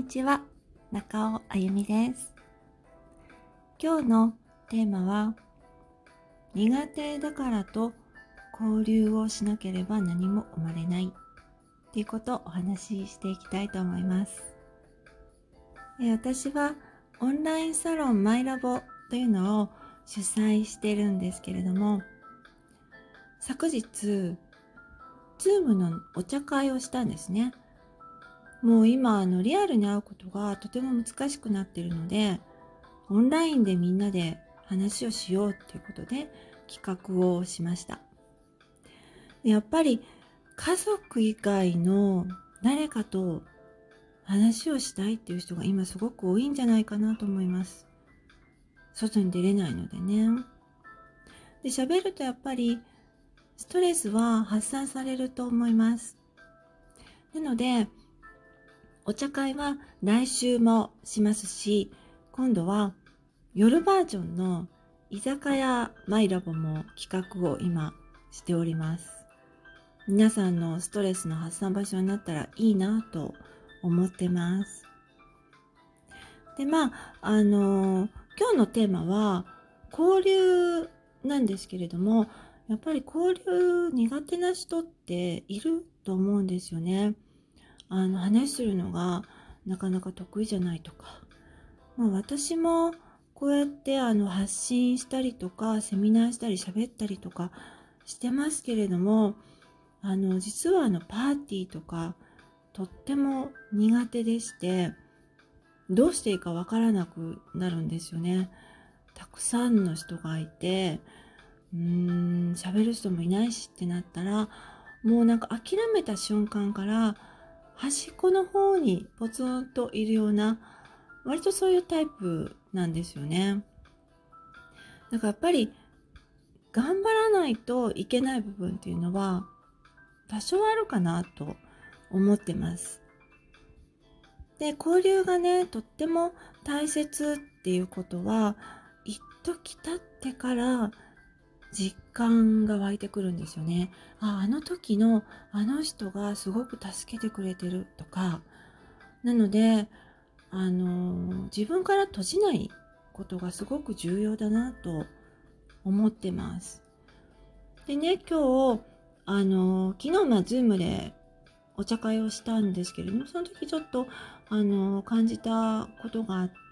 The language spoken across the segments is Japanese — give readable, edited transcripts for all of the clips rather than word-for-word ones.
ちは、中尾あゆみです。今日のテーマは、苦手だからと交流をしなければ何も生まれないっていうことをお話ししていきたいと思います。私はオンラインサロンマイラボというのを主催してるんですけれども、昨日、Zoom のお茶会をしたんですね。もう今リアルに会うことがとても難しくなっているので、オンラインでみんなで話をしようということで企画をしました。やっぱり家族以外の誰かと話をしたいっていう人が今すごく多いんじゃないかなと思います。外に出れないのでね。で、喋るとやっぱりストレスは発散されると思います。なので、お茶会は来週もしますし、今度は夜バージョンの居酒屋マイラボも企画を今しております。皆さんのストレスの発散場所になったらいいなと思ってます。で、今日のテーマは交流なんですけれども、やっぱり交流苦手な人っていると思うんですよね。話するのがなかなか得意じゃないとか。私もこうやって発信したりとかセミナーしたり喋ったりとかしてますけれども、実はパーティーとかとっても苦手でして、どうしていいかわからなくなるんですよね。たくさんの人がいて、喋る人もいないしってなったら、もうなんか諦めた瞬間から端っこの方にポツンといるような、割とそういうタイプなんですよね。だからやっぱり頑張らないといけない部分っていうのは多少あるかなと思ってます。で、交流がね、とっても大切っていうことは、一時経ってから実感が湧いてくるんですよね。あの時のあの人がすごく助けてくれてるとか。なので、自分から閉じないことがすごく重要だなと思ってます。でね、今日、昨日Zoom でお茶会をしたんですけれども、その時ちょっと、感じたことがあって、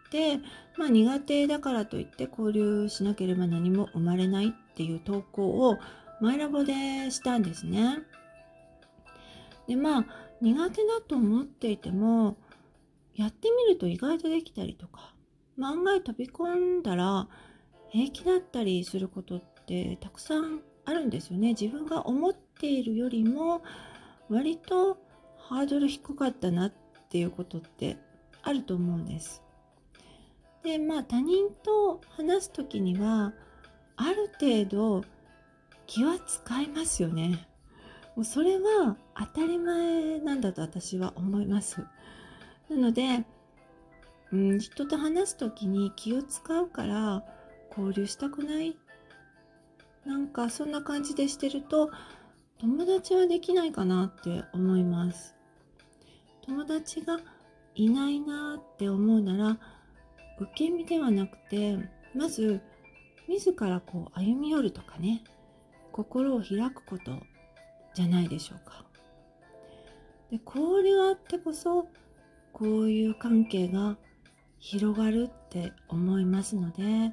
苦手だからといって交流しなければ何も生まれないっていう投稿をマイラボでしたんですね。で、苦手だと思っていても、やってみると意外とできたりとか、案外飛び込んだら平気だったりすることってたくさんあるんですよね。自分が思っているよりも割とハードル低かったなっていうことってあると思うんです。で、他人と話す時にはある程度気は使いますよね。もうそれは当たり前なんだと私は思います。なので、人と話す時に気を使うから交流したくない、なんかそんな感じでしてると友達はできないかなって思います。友達がいないなって思うなら、受け身ではなくて、まず自ら歩み寄るとかね、心を開くことじゃないでしょうか。で、交流あってこそこういう関係が広がるって思いますので、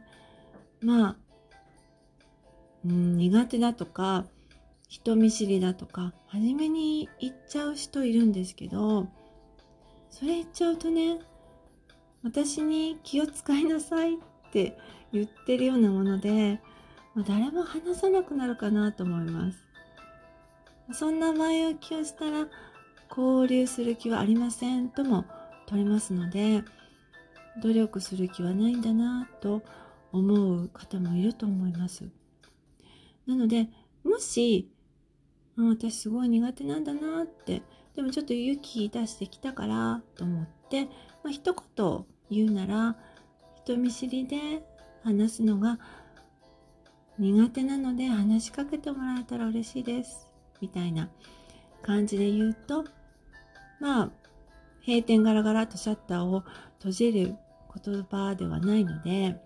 苦手だとか人見知りだとか初めに言っちゃう人いるんですけど、それ言っちゃうとね、私に気を使いなさいって言ってるようなもので、誰も話さなくなるかなと思います。そんな前置きをしたら交流する気はありませんとも取れますので、努力する気はないんだなと思う方もいると思います。なので、もし、私すごい苦手なんだなって、でもちょっと勇気出してきたからと思って、一言言うなら、人見知りで話すのが苦手なので話しかけてもらえたら嬉しいですみたいな感じで言うと、 閉店ガラガラとシャッターを閉じる言葉ではないので、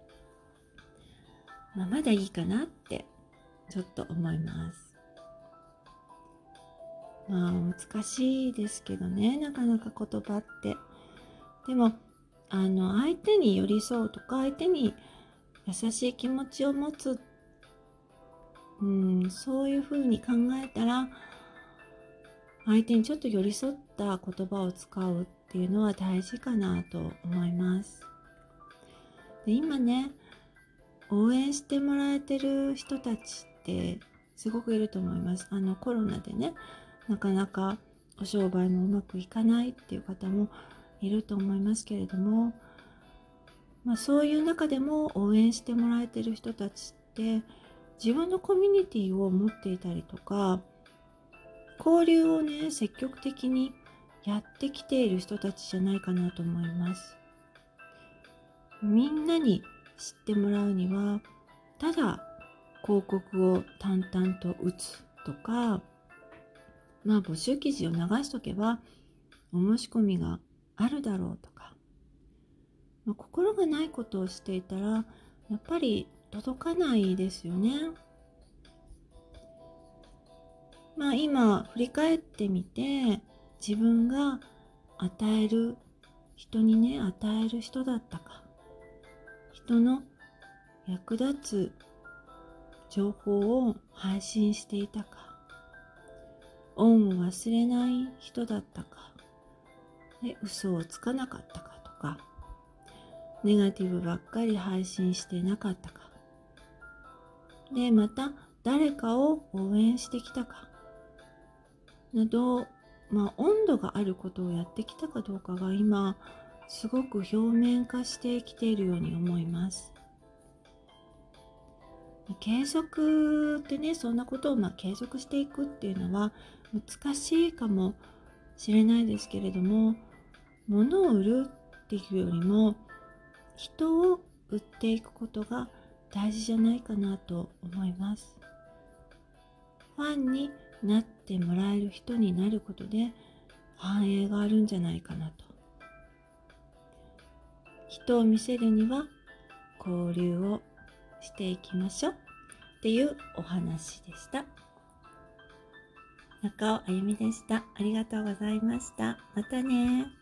まだいいかなってちょっと思います。難しいですけどね、なかなか言葉って。でも相手に寄り添うとか、相手に優しい気持ちを持つ、そういうふうに考えたら、相手にちょっと寄り添った言葉を使うっていうのは大事かなと思います。で、今ね、応援してもらえてる人たちってすごくいると思います。コロナでね、なかなかお商売もうまくいかないっていう方もいると思いますけれども、そういう中でも応援してもらえてる人たちって自分のコミュニティを持っていたりとか、交流をね、積極的にやってきている人たちじゃないかなと思います。みんなに知ってもらうには、ただ広告を淡々と打つとか、募集記事を流しとけばお申し込みがあるだろうとか、心がないことをしていたらやっぱり届かないですよね。今振り返ってみて、自分が与える人にね、与える人だったか、人の役立つ情報を配信していたか、恩を忘れない人だったか、で嘘をつかなかったかとか、ネガティブばっかり配信してなかったか、でまた誰かを応援してきたかなど、温度があることをやってきたかどうかが今すごく表面化してきているように思います。継続ってね、そんなことを継続していくっていうのは難しいかもしれないですけれども、物を売るっていうよりも人を売っていくことが大事じゃないかなと思います。ファンになってもらえる人になることで繁栄があるんじゃないかなと。人を見せるには交流をしていきましょうっていうお話でした。中尾あゆみでした。ありがとうございました。またね。